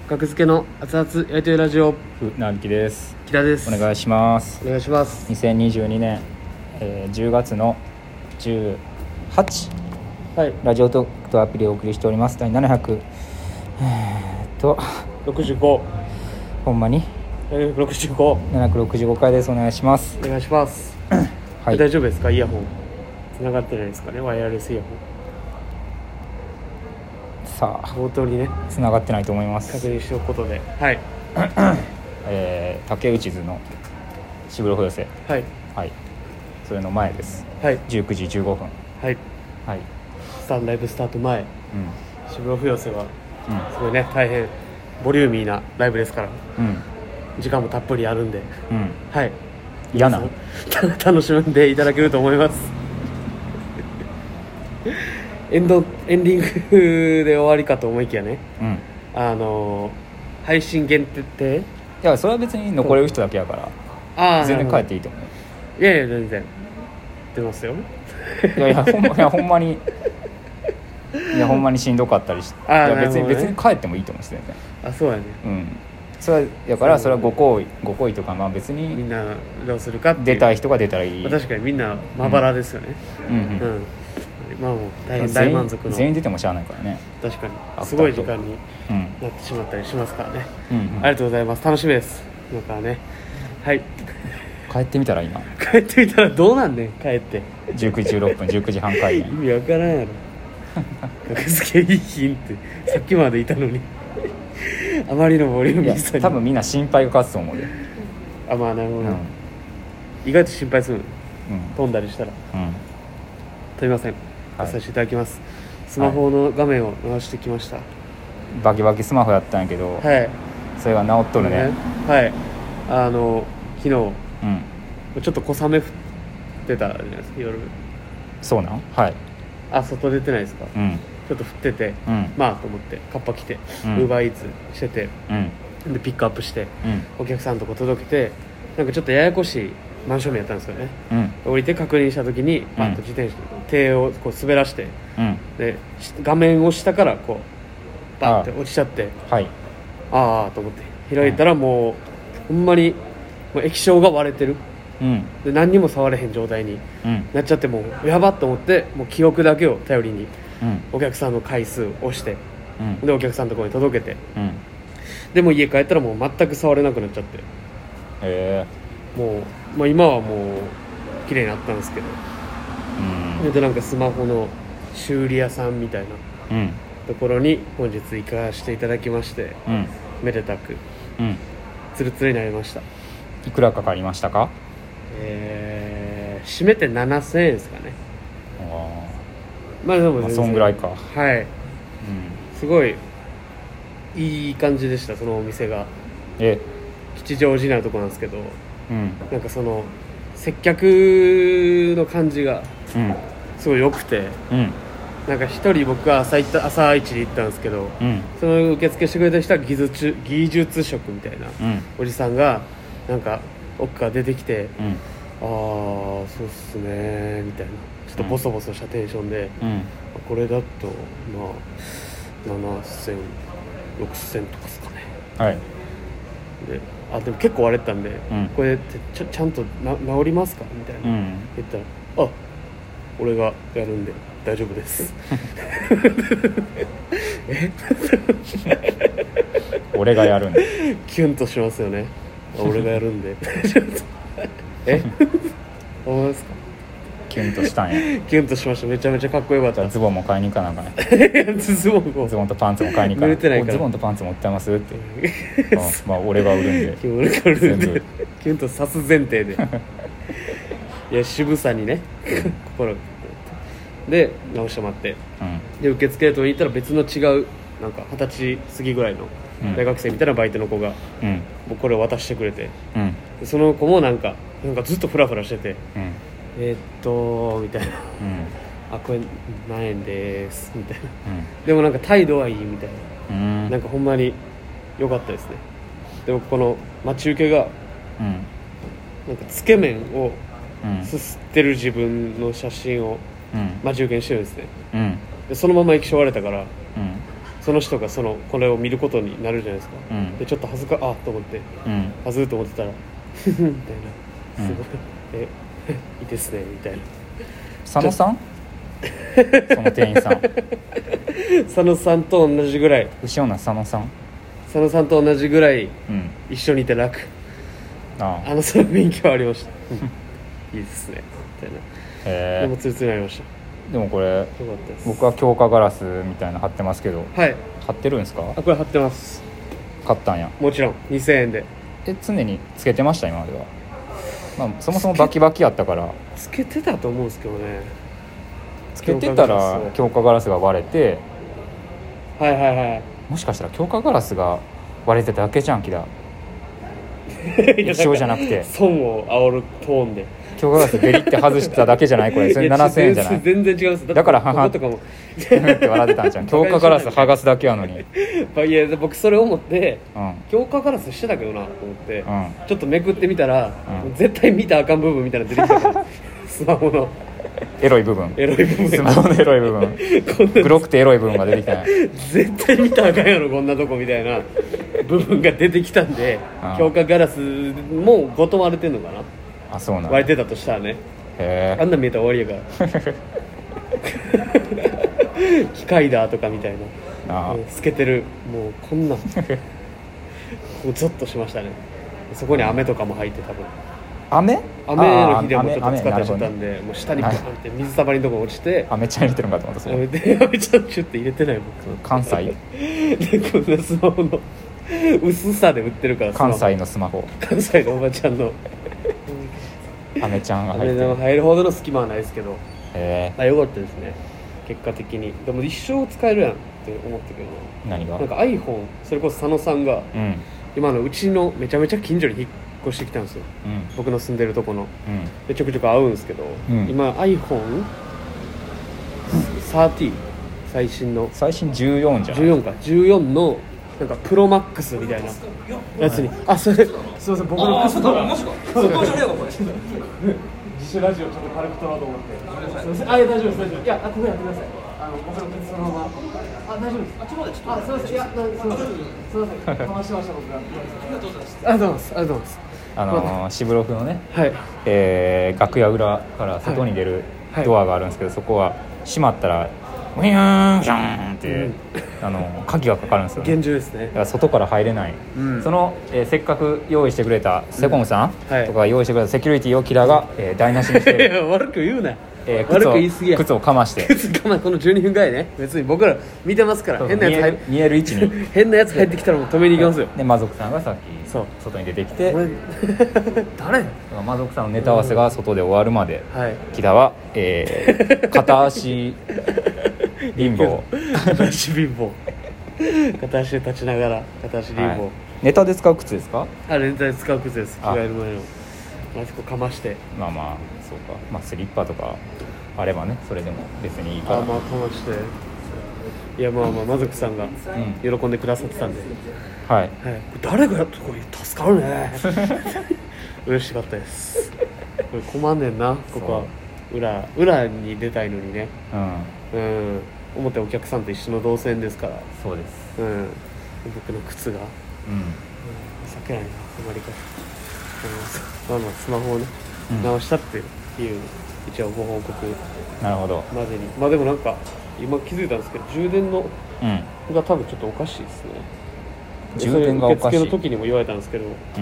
格付けの熱々焼いてるラジオ、 なびきです。 木田です。 お願いします。 お願いします。 2022年、10月の18、 はい、 ラジオトークとアプリをお送りしております。第700、 65、 ほんまに 65、 765回です。お願いします。 お願いします。 はい、 大丈夫ですか？イヤホン繋がってないですかね？ワイヤレスイヤホンさあ冒頭にね繋がってないと思います。 確認しておくことで、はい、 竹内図のシブロフ寄せ、 はい、 はい、それの前です。 はい、 19時15分、 はい、 はい、 ライブスタート前、 うん、 シブロフ寄せはうん、 すごいね、大変ボリューミーなライブですから、 うん、 時間もたっぷりあるんで、 うん、 はい、 嫌な楽しんでいただけると思います。エンディングで終わりかと思いきやね、 うん、 配信限定、 いやそれは別に残れる人だけやから全然帰っていいと思う。 いやいや全然出ますよ。 いやほんまにいやほんまにしんどかったりして、いや別に帰ってもいいと思うんですよね。 あ、そうやね。 うん。それはだからそれはご好意とか、まあ別にみんなどうするかっていう、 出たい人が出たらいい。 確かにみんなまばらですよね。 うんうん。 まあもう大満足の全員出てもしゃあないからね。 確かにすごい時間になってしまったりしますからね。うんうん、ありがとうございます。楽しみです。だからね。はい。 帰ってみたら今。 帰ってみたらどうなんねん。帰って。 19時16分19時半開演。 意味わからんやろ。格付けいい日ってさっきまでいたのに。あまりのボリューミーさに。 多分みんな心配が勝つと思うよ。 あ、まあなるほど、意外と心配する、飛んだりしたら、飛びません、させていただきます。スマホの画面を流してきました。 バキバキスマホやったんやけど、 はい、 それが治っとるね。 はい、昨日、ちょっと小雨降ってたじゃないですか、夜。 そうなん？はい。 あ、外出てないですか？ちょっと降ってて、まあと思ってカッパ着てウーバーイーツしてて、でピックアップして、お客さんのとこ届けて、なんかちょっとややこしいマンション名やったんですよね。降りて確認した時にパッと自転車の手をこう滑らして、で画面を下からこうバンって落ちちゃって、ああと思って開いたら、もうほんまにもう液晶が割れてる、で何にも触れへん状態になっちゃって、もうやばっと思って、もう記憶だけを頼りにお客さんの回数を押して、でお客さんのところに届けて、でも家帰ったらもう全く触れなくなっちゃって、もう、今はもう綺麗になったんですけど、でなんかスマホの修理屋さんみたいなところに本日行かせていただきまして、めでたくツルツルになりました。 いくらかかりましたか？ 締めて7000円ですかね。まあでもそんぐらいか。 はい、すごいいい感じでした。そのお店が吉祥寺なとこなんですけど、なんかその接客の感じがすごい良くて、なんか一人僕は朝一で行ったんですけど、その受付してくれた人は技術職みたいなおじさんがなんか奥から出てきて、ああそうっすねみたいな、ちょっとボソボソしたテンションで、これだとまあ7000、6000とかですかね。でも結構割れてたんで、これちゃんと治りますかみたいな、言ったら、あ、俺がやるんで大丈夫です俺がやるんでキュンとしますよね。俺がやるんで思いますか？ キュンとしたんや。 キュンとしました。めちゃめちゃかっこよかった。 ズボンも買いに行かなあかんね。 ズボンとパンツも買いに行かなあかん。ズボンとパンツも売ってますってまあ俺が売るんで全部キュンとさす前提でいや渋さにね心がで直してもらって、で受付とに行ったら別の違うなんか20歳過ぎぐらいの大学生みたいなバイトの子が、これを渡してくれて、その子もなんかずっとフラフラしてて、みたいな、あ、これ何円ですみたいな、でもなんか態度はいいみたいな、なんかほんまに良かったですね。でもこの待ち受けが、なんかつけ麺をすすってる自分の写真を待ち受けにしてるんですね、でそのまま液晶割れたから、 その人がこれを見ることになるじゃないですか、 うん、 でちょっと恥ずかと思って、 うん、 恥ずいと思ってたらみたいな、すごい、いいですねみたいな。 佐野さんその店員さん佐野さんと同じぐらい、 後ろの佐野さんと同じぐらい、一緒にいて楽、その雰囲気はありましたいいですねみたいな。でもツルツルになりました。 でもこれ僕は強化ガラスみたいな貼ってますけど、 はい、 貼ってるんですか？ これ貼ってます。 買ったんや。 もちろん2000円で。 常につけてました今までは。まあ、そもそもバキバキやったからつけてたと思うんですけどね。 つけてたら強化ガラスが割れて、 はいはいはい、 もしかしたら強化ガラスが割れてただけじゃんキラ一生じゃなくて損を煽るトーンで強化ガラスベリって外しただけじゃないこれ。それ7000円じゃない？ 全然違います。 だから母とかもって笑ってたんじゃん強化ガラス剥がすだけやのにいや僕それ思って、強化ガラスしてたけどなと思って、ちょっとめくってみたら、絶対見たらあかん部分みたいなの出てきたからスマホのエロい部分スマホのエロい部分黒くてエロい部分が出てきた絶対見たらあかんやろこんなとこみたいな部分が出てきたんで、強化ガラスもごと割れてんのかな。 あ、そうなんだ。 割れてたとしたらね。あんな見えたら終わりやから機械だとかみたいな、透けてる、もうこんなんもうゾッとしましたね。そこに飴とかも入って、多分雨の日でもちょっと使ったりしてたんで、もう下にバーンって水たまりのとこ落ちて、 飴ちゃん入れてるんかと思った。それ飴ちゃんチュって入れてない僕。 関西でこんなスマホの薄さで売ってるから、 関西のスマホ、 関西のおばちゃんのアメちゃんが入ってる。 アメ入るほどの隙間はないですけど、よかったですね結果的に。でも一生使えるやんって思ったけど、 何がなんか iPhone、 それこそ佐野さんが、今のうちのめちゃめちゃ近所に引っ越してきたんですよ、僕の住んでるとこの、でちょくちょく会うんですけど、今 iPhone13 最新 14じゃん。 14のなんかプロマックスみたいなやつに、それすいません、僕の靴とか自主ラジオちょっと軽く撮ろうと思って、すいません、大丈夫です。いや、ここやってください。僕の靴そのまま、大丈夫です。ちょっと待って、すいません、いや、すいません、かましてました僕が。ありがとうございます。 シブロフのね、楽屋裏から外に出るドアがあるんですけど、そこは閉まったらウィーンジャーンって、鍵がかかるんですよね。 厳重ですね。 だから外から入れない、その、せっかく用意してくれたセコムさんとか用意してくれたセキュリティをキラが、台無しにして悪く言うな、悪く言い過ぎや。 靴をかましてこの12分ぐらいね、別に僕ら見てますから、変なやつ見える位置に変なやつ入ってきたらもう止めに行きますよ。 で魔族さんがさっき外に出てきて、 誰魔族さんのネタ合わせが外で終わるまで、木田は、片足貧乏片足で立ちながら片足貧乏、 ネタで使う靴ですか？ ネタで使う靴です。着替える前のマスクかまして、 そうか、スリッパとかあればね、それでも別にいいから、 かまして、いや魔族さんが喜んでくださってたんで、誰がやったこれ助かるね嬉しかったです。これ困んねんな、ここは裏に出たいのにね、表お客さんと一緒の動線ですから。 そうです、 僕の靴が、避けないな、あまりか。スマホをね、直したっていう一応ご報告なるほどまでに、でもなんか今気づいたんですけど、充電のが多分ちょっとおかしいですね。 充電がおかしい。 受付の時にも言われたんですけど、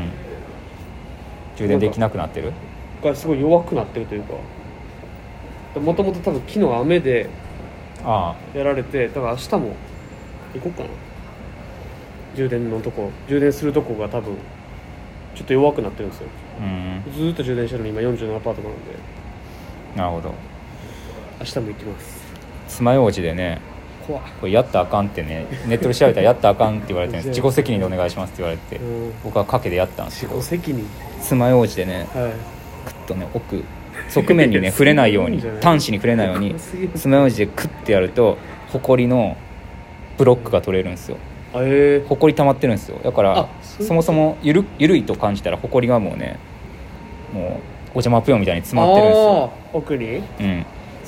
充電できなくなってるがすごい弱くなってるというか、もともと多分昨日雨でやられて、だから明日も行こうかな。充電するとこが多分ちょっと弱くなってるんですよ。ずっと充電してるの今47%なんで。 なるほど。 明日も行きます。 爪楊枝でね、これやったらあかんってね、ネットで調べたらやったらあかんって言われてるんです。自己責任でお願いしますって言われて、僕は賭けでやったんですけど、 自己責任。 爪楊枝でね、クッとね、側面にね触れないように端子に触れないように爪楊枝でクッてやるとホコリのブロックが取れるんですよ。ホコリ溜まってるんですよ。だからそもそもゆるいと感じたらホコリがもうね、もうお邪魔ぷよみたいに詰まってるんですよ。 奥に、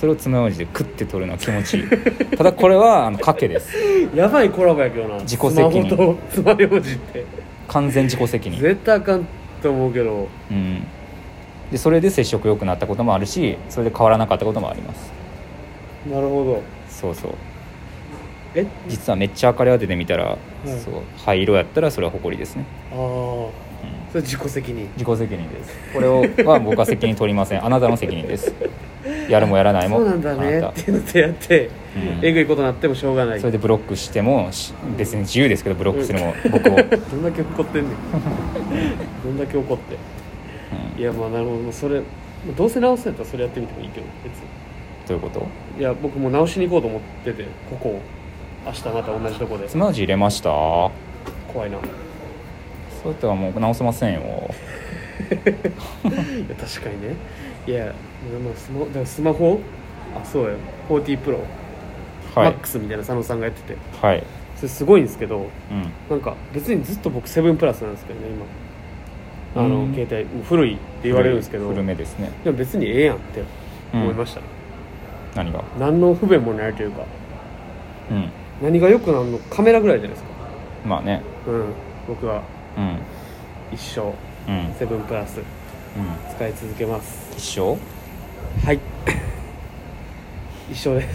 それを爪楊枝でクッて取るのは気持ちいいただこれは賭けです。 やばいコラボやけどな、 自己責任、 スマホと爪楊枝って完全自己責任、 絶対あかんと思うけど、 うん、でそれで接触良くなったこともあるし、それで変わらなかったこともあります。 なるほど。 そうそう、実はめっちゃ明るい当ててみたら、そう灰色やったらそれは埃ですね。 ああ、それ自己責任。 自己責任です。これは僕は責任取りません。あなたの責任です。やるもやらないもそうなんだねっていうのでやって、えぐいことになってもしょうがない。 それでブロックしても別に自由ですけど、ブロックするも僕をどんだけ怒ってんねんどんだけ怒って、いやまあなるほど、それどうせ直すんやったらそれやってみてもいいけど、別に。 どういうこと？ いや僕も直しに行こうと思ってて、ここ明日また同じとこで。 爪楊枝入れました？ 怖いな。 そうやったらもう直せませんよいや確かにね。いや、だからスマホ、あ、そうや、40 Pro、はい、MAX みたいな佐野さんがやってて、 はい、 それすごいんですけど、 うん、 なんか別にずっと僕7プラスなんですけどね、今携帯もう古いって言われるんですけど、 古めですね。 でも別にええやんって思いました、 何が？ 何の不便もないというか、 うん何がよくなるの、カメラぐらいじゃないですか。 まあね、 僕は一生7プラス使い続けます。 一生？ はい一生です。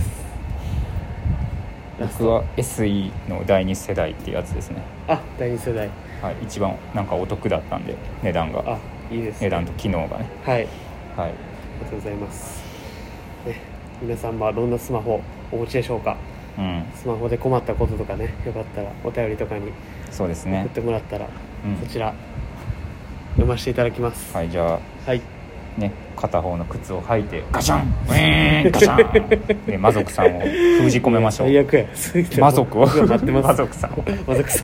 僕は SE の第2世代っていうやつですね。 あ、第2世代、 はい、一番なんかお得だったんで、値段が。 あ、いいですね、 値段と機能がね。 はい、はい、ありがとうございます、ね、皆さんはどんなスマホお持ちでしょうか。スマホで困ったこととかね、よかったらお便りとかに送ってもらったら、そちら読ませていただきます。 はい、じゃあ、 はいね、片方の靴を履いてガシャンガシャンで魔族さんを封じ込めましょう。 最悪や。 魔族を待ってます。 魔族さんを魔族さん